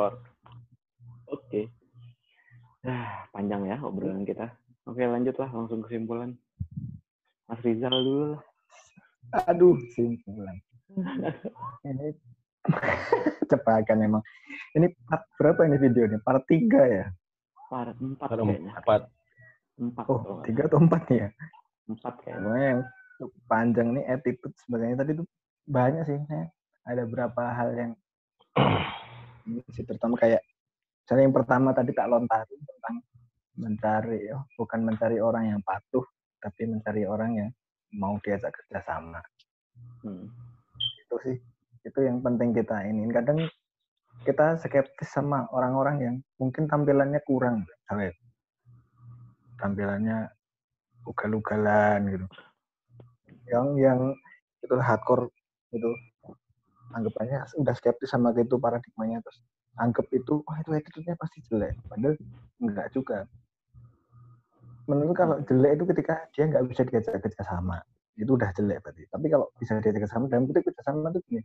record. Oke. Panjang ya obrolan kita. Oke, lanjutlah langsung kesimpulan. Mas Rizal dulu lah. Aduh, simpulan. Ini cepakan emang. Ini part berapa ini video ini? Part 3 ya? Part 4 kayaknya. 4. Oh, 3 atau 4 nih ya? 4 kayaknya. Pokoknya yang panjang nih attitude sebenarnya tadi tuh banyak sih. Ada beberapa hal yang sih, terutama kayak misalnya yang pertama tadi tak lontarin tentang bukan mencari orang yang patuh, tapi mencari orang yang mau diajak kerjasama. Itu sih, itu yang penting kita ini. Kadang kita skeptis sama orang-orang yang mungkin tampilannya kurang, tampilannya ugal-ugalan gitu, yang itu hardcore gitu, anggapannya udah skeptis sama gitu paradigmanya, terus anggap itu itu attitude-nya pasti jelek, padahal enggak juga. Menurut kalau jelek itu ketika dia nggak bisa diajak kerjasama, itu udah jelek berarti. Tapi kalau bisa diajak kerjasama, dalam bentuk kerjasama itu gini,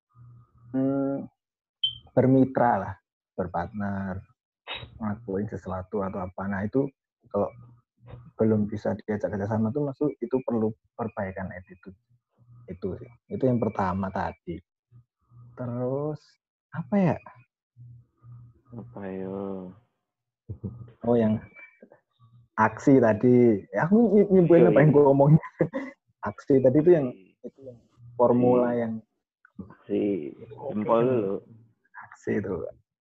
bermitra lah, berpartner, ngelakuin sesuatu atau apa. Nah itu kalau belum bisa diajak kerjasama itu maksud itu perlu perbaikan attitude. Itu sih. Itu yang pertama tadi. Terus apa ya? Oh, yang aksi tadi. Aku nyimpulin apa yang gue omongin. Aksi tadi itu yang formula yang aksi jempol dulu. Aksi itu.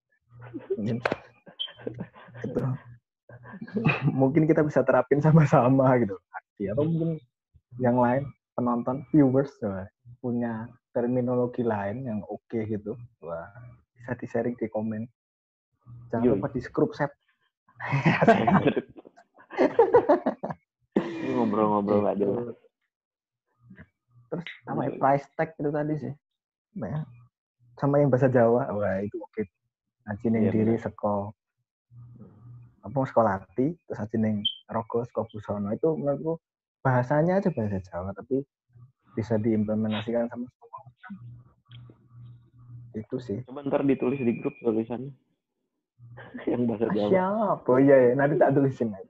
Itu. Mungkin kita bisa terapin sama-sama gitu. Aksi atau mungkin yang lain penonton viewers punya terminologi lain yang oke gitu. Wah, bisa di-sharing di komen. Jangan lupa di scrub set. Ini ngobrol-ngobrol nggak jelas. Terus sama price tag itu tadi sih. Ya. Sama yang bahasa Jawa, wah itu oke. Aji ning diri seko apa sekolati, terus aji ning rogo seko busono. Itu menurutku bahasanya aja bahasa Jawa, tapi bisa diimplementasikan sama semua orang. Itu sih. Coba ntar ditulis di grup tulisannya. Yang bahasa Jawa. Siap. Oh iya, nanti tak tulisin aja.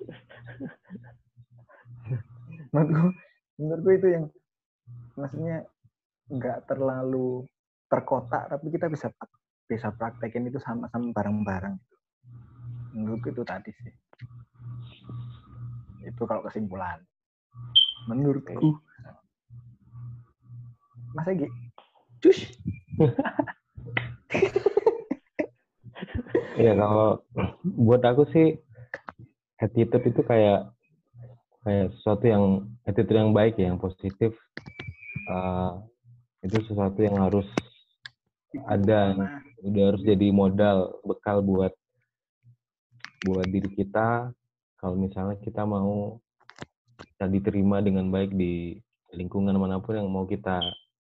menurutku itu yang maksudnya nggak terlalu terkotak, tapi kita bisa praktekin itu sama-sama bareng-bareng. Menurutku itu tadi sih. Itu kalau kesimpulan. Menurutku. Mas Egi. Cus. Ya kalau buat aku sih attitude itu kayak sesuatu yang attitude yang baik ya, yang positif. Itu sesuatu yang harus ada, udah harus jadi modal bekal buat diri kita kalau misalnya kita mau bisa diterima dengan baik di lingkungan manapun yang mau kita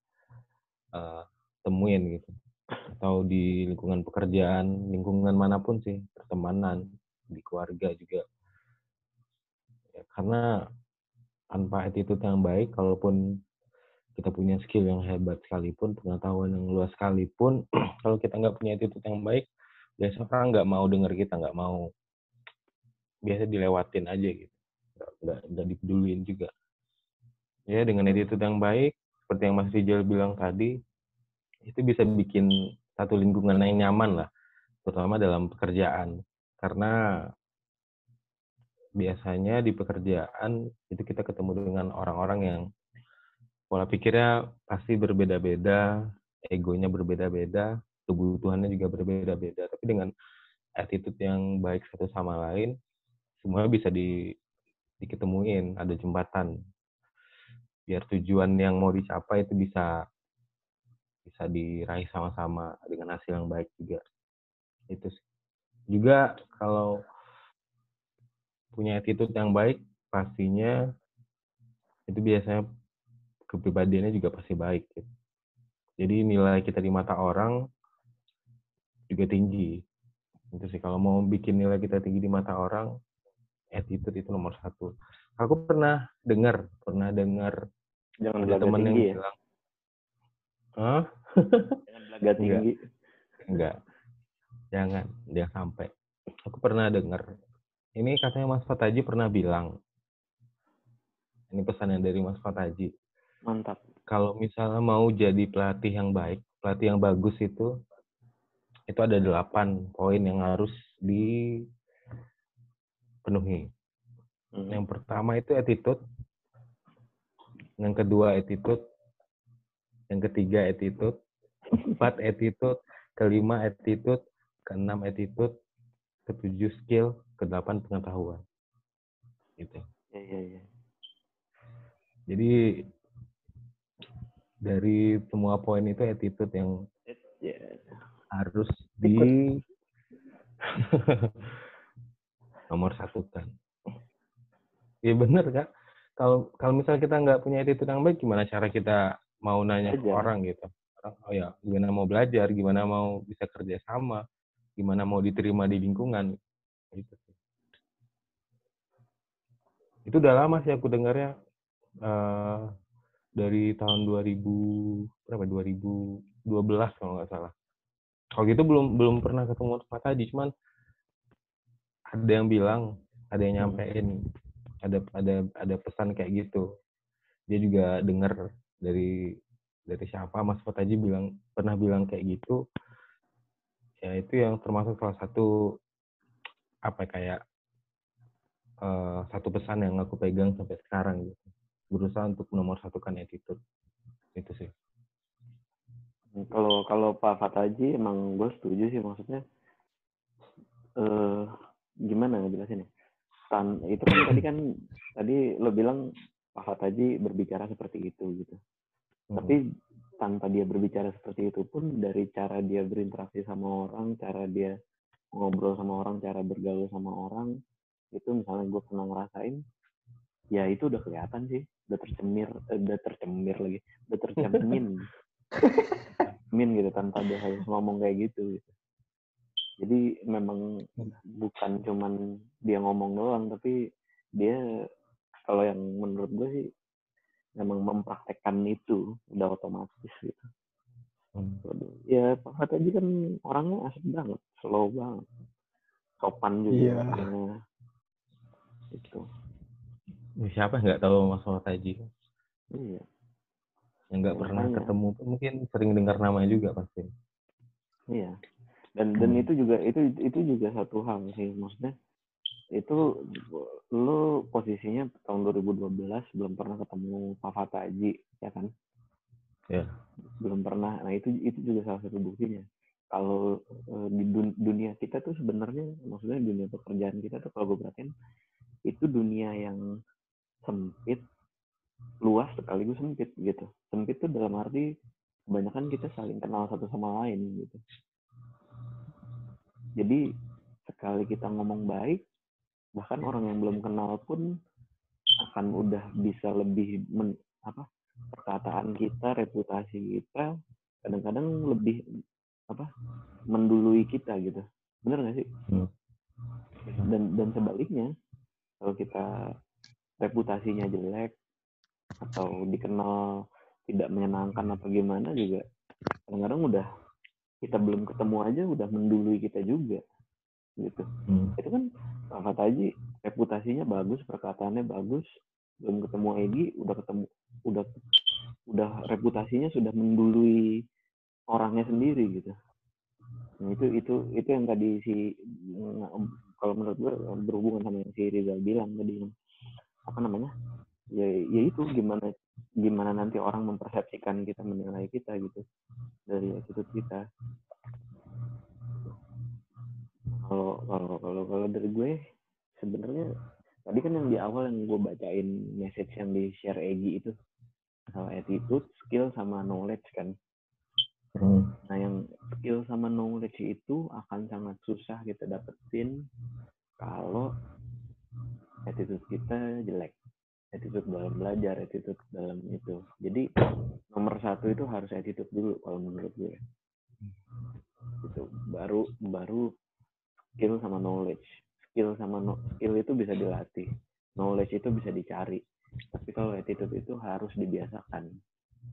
temuin gitu, atau di lingkungan pekerjaan, lingkungan manapun sih, pertemanan, di keluarga juga ya, karena tanpa attitude yang baik, kalaupun kita punya skill yang hebat sekalipun, pengetahuan yang luas sekalipun, kalau kita nggak punya attitude yang baik, biasa orang nggak mau dengar kita, nggak mau, biasa dilewatin aja gitu, nggak dipeduliin juga. Ya dengan attitude yang baik, seperti yang Mas Rizal bilang tadi, itu bisa bikin satu lingkungan yang nyaman lah, terutama dalam pekerjaan. Karena biasanya di pekerjaan itu kita ketemu dengan orang-orang yang pola pikirnya pasti berbeda-beda, egonya berbeda-beda, kebutuhannya juga berbeda-beda. Tapi dengan attitude yang baik satu sama lain, semuanya bisa diketemuin, ada jembatan. Biar tujuan yang mau dicapai itu bisa diraih sama-sama dengan hasil yang baik juga. Itu sih. Juga kalau punya attitude yang baik, pastinya itu biasanya kepribadiannya juga pasti baik gitu. Jadi nilai kita di mata orang juga tinggi. Itu sih, kalau mau bikin nilai kita tinggi di mata orang, attitude itu nomor 1. Aku pernah dengar jangan ada temen yang tinggi, bilang, hah? Jangan belaga tinggi. Enggak. Jangan sampai. Aku pernah dengar. Ini katanya Mas Fataji pernah bilang. Ini pesannya dari Mas Fataji. Mantap. Kalau misalnya mau jadi pelatih yang baik, pelatih yang bagus itu ada 8 poin yang harus dipenuhi. Yang pertama itu attitude. Yang kedua attitude. Yang ketiga attitude. 4 attitude. Kelima attitude. Keenam attitude. Ketujuh skill. Kedelapan pengetahuan. Gitu. Iya. Jadi dari semua poin itu attitude yang harus nomor satukan. Iya bener Kak. Kalau misalnya kita nggak punya attitude yang baik, gimana cara kita mau nanya ke orang gitu? Orang, oh ya, gimana mau belajar, gimana mau bisa kerja sama, gimana mau diterima di lingkungan. Gitu. Itu udah lama sih aku dengarnya. Dari tahun 2012 kalau nggak salah. Kalau gitu belum pernah ketemu Pak Tadi, cuman ada yang bilang, ada yang nyampein, ada pesan kayak gitu. Dia juga dengar dari siapa Mas Fataji pernah bilang kayak gitu. Ya itu yang termasuk salah satu satu pesan yang aku pegang sampai sekarang gitu. Berusaha untuk nomor satukan attitude. Itu sih. Kalau Pak Fataji emang gue setuju sih, maksudnya gimana ngejelasin ya? Itu kan tadi lo bilang Pak Fataji berbicara seperti itu gitu. Tapi tanpa dia berbicara seperti itu pun, dari cara dia berinteraksi sama orang, cara dia ngobrol sama orang, cara bergaul sama orang, itu misalnya gue pernah ngerasain, ya itu udah kelihatan sih, udah tercermin gitu tanpa dia harus ngomong kayak gitu. Jadi memang bukan cuman dia ngomong doang, tapi dia, kalau yang menurut gue sih, memang mempraktekkan itu udah otomatis gitu. Ya Pak Fataji kan orangnya asik banget, slow banget, sopan juga. Iya. Itu. Siapa nggak tahu Mas Fataji? Iya. Yang nggak pernah ketemu mungkin sering dengar namanya juga pasti. Iya. Dan itu juga satu hal sih, maksudnya itu lo posisinya tahun 2012 belum pernah ketemu Pak Fataji, ya kan? Ya. Belum pernah. Nah itu juga salah satu buktinya. Kalau di dunia kita tuh sebenarnya, maksudnya dunia pekerjaan kita tuh, kalau gue perhatiin, itu dunia yang sempit, luas sekaligus sempit gitu. Sempit tuh dalam arti kebanyakan kita saling kenal satu sama lain gitu. Jadi sekali kita ngomong baik, bahkan orang yang belum kenal pun akan udah bisa lebih perkataan kita, reputasi kita kadang-kadang lebih mendului kita gitu. Bener nggak sih? Dan sebaliknya, kalau kita reputasinya jelek atau dikenal tidak menyenangkan apa gimana, juga kadang-kadang udah kita belum ketemu aja udah mendului kita juga gitu. Itu kan Pak Fataji reputasinya bagus, perkataannya bagus, belum ketemu Egi udah reputasinya sudah mendului orangnya sendiri gitu. Nah, itu yang tadi kalau menurut gue berhubungan sama yang si Rizal bilang tadi, ya itu gimana nanti orang mempersepsikan kita, menilai kita gitu dari attitude kita. Kalau dari gue sebenarnya tadi kan yang di awal yang gue bacain message yang di share Egi itu, attitude, skill sama knowledge kan. Nah yang skill sama knowledge itu akan sangat susah kita dapetin kalau attitude kita jelek, attitude dalam belajar, attitude dalam itu. Jadi nomor satu itu harus attitude dulu kalau menurut gue. Itu baru skill sama knowledge. Skill itu bisa dilatih, knowledge itu bisa dicari. Tapi kalau attitude itu harus dibiasakan.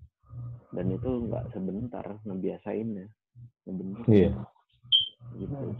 Dan itu nggak sebentar ngebiasainnya. Sebentar. Iya. Gitu.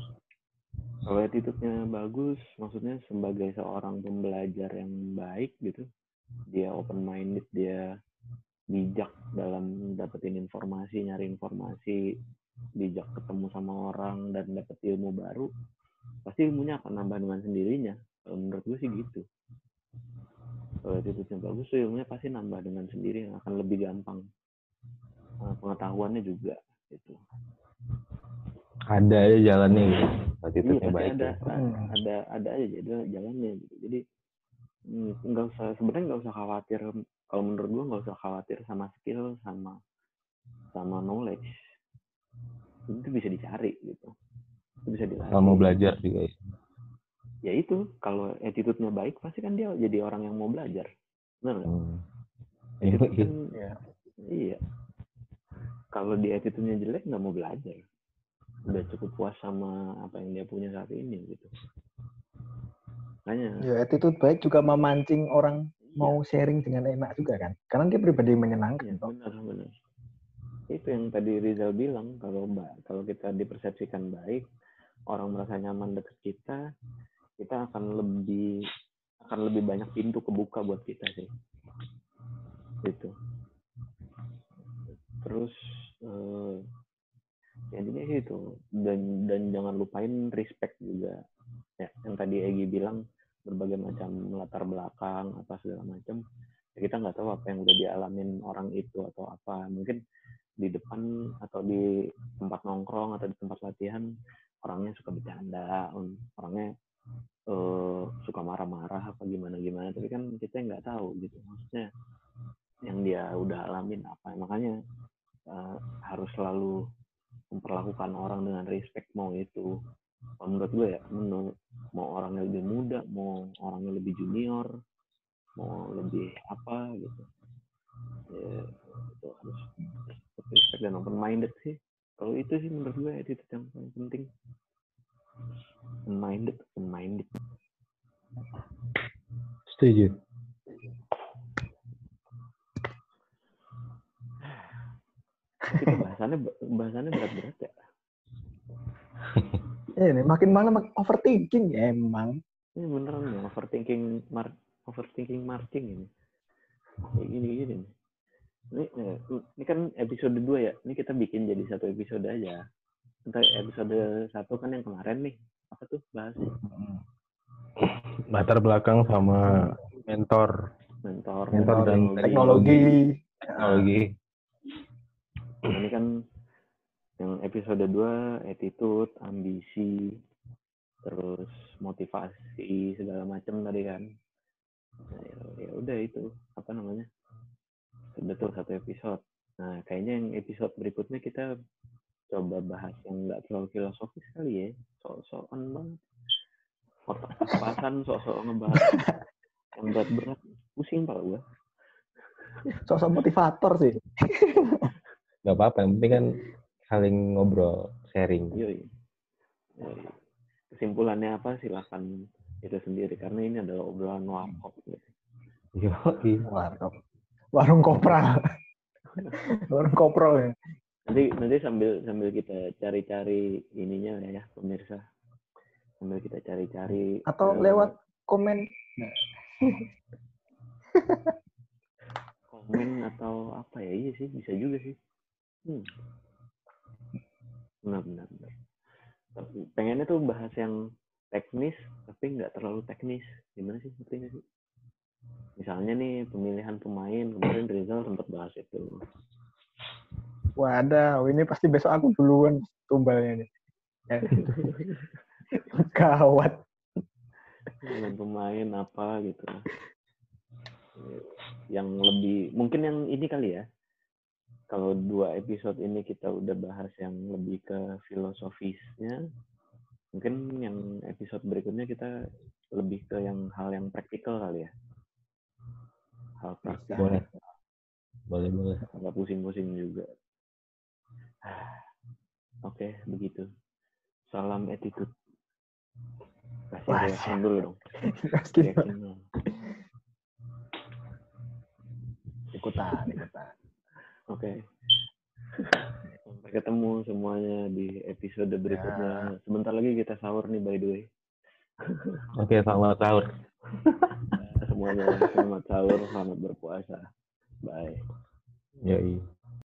Kalau attitude-nya bagus, maksudnya sebagai seorang pembelajar yang baik gitu, dia open minded, dia bijak dalam dapetin informasi, nyari informasi, bijak ketemu sama orang dan dapet ilmu baru, pasti ilmunya akan nambah dengan sendirinya. Kalau menurut gue sih gitu. Kalau attitude-nya bagus, tuh ilmunya pasti nambah dengan sendiri, akan lebih gampang. Pengetahuannya juga gitu. Ada aja jalannya gitu. Attitude-nya Pasti baik. ada aja jalannya gitu. Jadi sebenarnya nggak usah khawatir. Kalau menurut gue nggak usah khawatir sama skill sama knowledge. Itu bisa dicari gitu. Itu bisa dilatih. Kalau mau belajar juga. Ya itu, kalau attitude-nya baik pasti kan dia jadi orang yang mau belajar. Benar nggak? Attitude kan, iya. Kalau di attitude-nya jelek nggak mau belajar. Udah cukup puas sama apa yang dia punya saat ini gitu. Makanya. Ya, attitude baik juga memancing orang mau sharing dengan enak juga kan. Karena dia pribadi yang menyenangkan. Iya, benar. Itu yang tadi Rizal bilang, kalau kita dipersepsikan baik, orang merasa nyaman dekat kita akan lebih banyak pintu kebuka buat kita sih. Gitu. Terus intinya gitu, dan jangan lupain respect juga ya, yang tadi Egi bilang berbagai macam latar belakang apa segala macam ya, kita nggak tahu apa yang udah dialamin orang itu atau apa, mungkin di depan atau di tempat nongkrong atau di tempat latihan orangnya suka bercanda, orangnya suka marah-marah apa gimana, tapi kan kita nggak tahu gitu, maksudnya yang dia udah alamin apa, makanya harus selalu memperlakukan orang dengan respect, mau itu menurut gue ya, mau orangnya lebih muda, mau orangnya lebih junior, mau lebih apa gitu ya, itu harus respect dan open minded sih. Kalau itu sih menurut gue itu yang paling penting, open minded. Setuju. Itu bahasannya berat-berat ya. Ini makin malam overthinking emang. Ini beneran ya, overthinking marching ini. Kayak gini. Ini kan episode 2 ya. Ini kita bikin jadi satu episode aja. Entah episode 1 kan yang kemarin nih. Apa tuh bahasnya? Latar belakang sama mentor dan teknologi. Nah, ini kan yang episode 2 attitude, ambisi, terus motivasi segala macam tadi kan. Nah, ya udah itu apa namanya? Sudah tuh satu episode. Nah, kayaknya yang episode berikutnya kita coba bahas yang nggak terlalu filosofis kali ya. Sok-sokan banget. Pas-pasan sok-sok ngebahas yang berat-berat. Pusing pala gue. Sok-sok motivator sih. Gak apa-apa, yang penting kan saling ngobrol, sharing. Yoi. Kesimpulannya apa silakan itu sendiri, karena ini adalah obrolan warkop gitu. Warung kopral. Warung koprol ya. Nanti sambil kita cari-cari ininya ya pemirsa. Sambil kita cari-cari atau lewat komen. Komen atau apa ya, iya sih bisa juga sih. Benar. Pengennya tuh bahas yang teknis tapi nggak terlalu teknis. Gimana sih ngerti sih? Misalnya nih pemilihan pemain, kemarin Rizal sempat bahas itu. Waduh, ini pasti besok aku duluan tumbalnya nih. Gawat. Pemilihan pemain apa gitu. Yang lebih, mungkin yang ini kali ya. Kalau 2 episode ini kita udah bahas yang lebih ke filosofisnya, mungkin yang episode berikutnya kita lebih ke yang hal yang praktikal kali ya. Hal praktis. Boleh. Nggak pusing-pusing juga. Oke, begitu. Salam attitude. Kasih reaction dulu dong. Ikutan. Oke. Sampai ketemu semuanya di episode berikutnya. Sebentar lagi kita sahur nih, by the way. Oke, selamat sahur. Semuanya selamat sahur, selamat berpuasa. Bye. Yoi.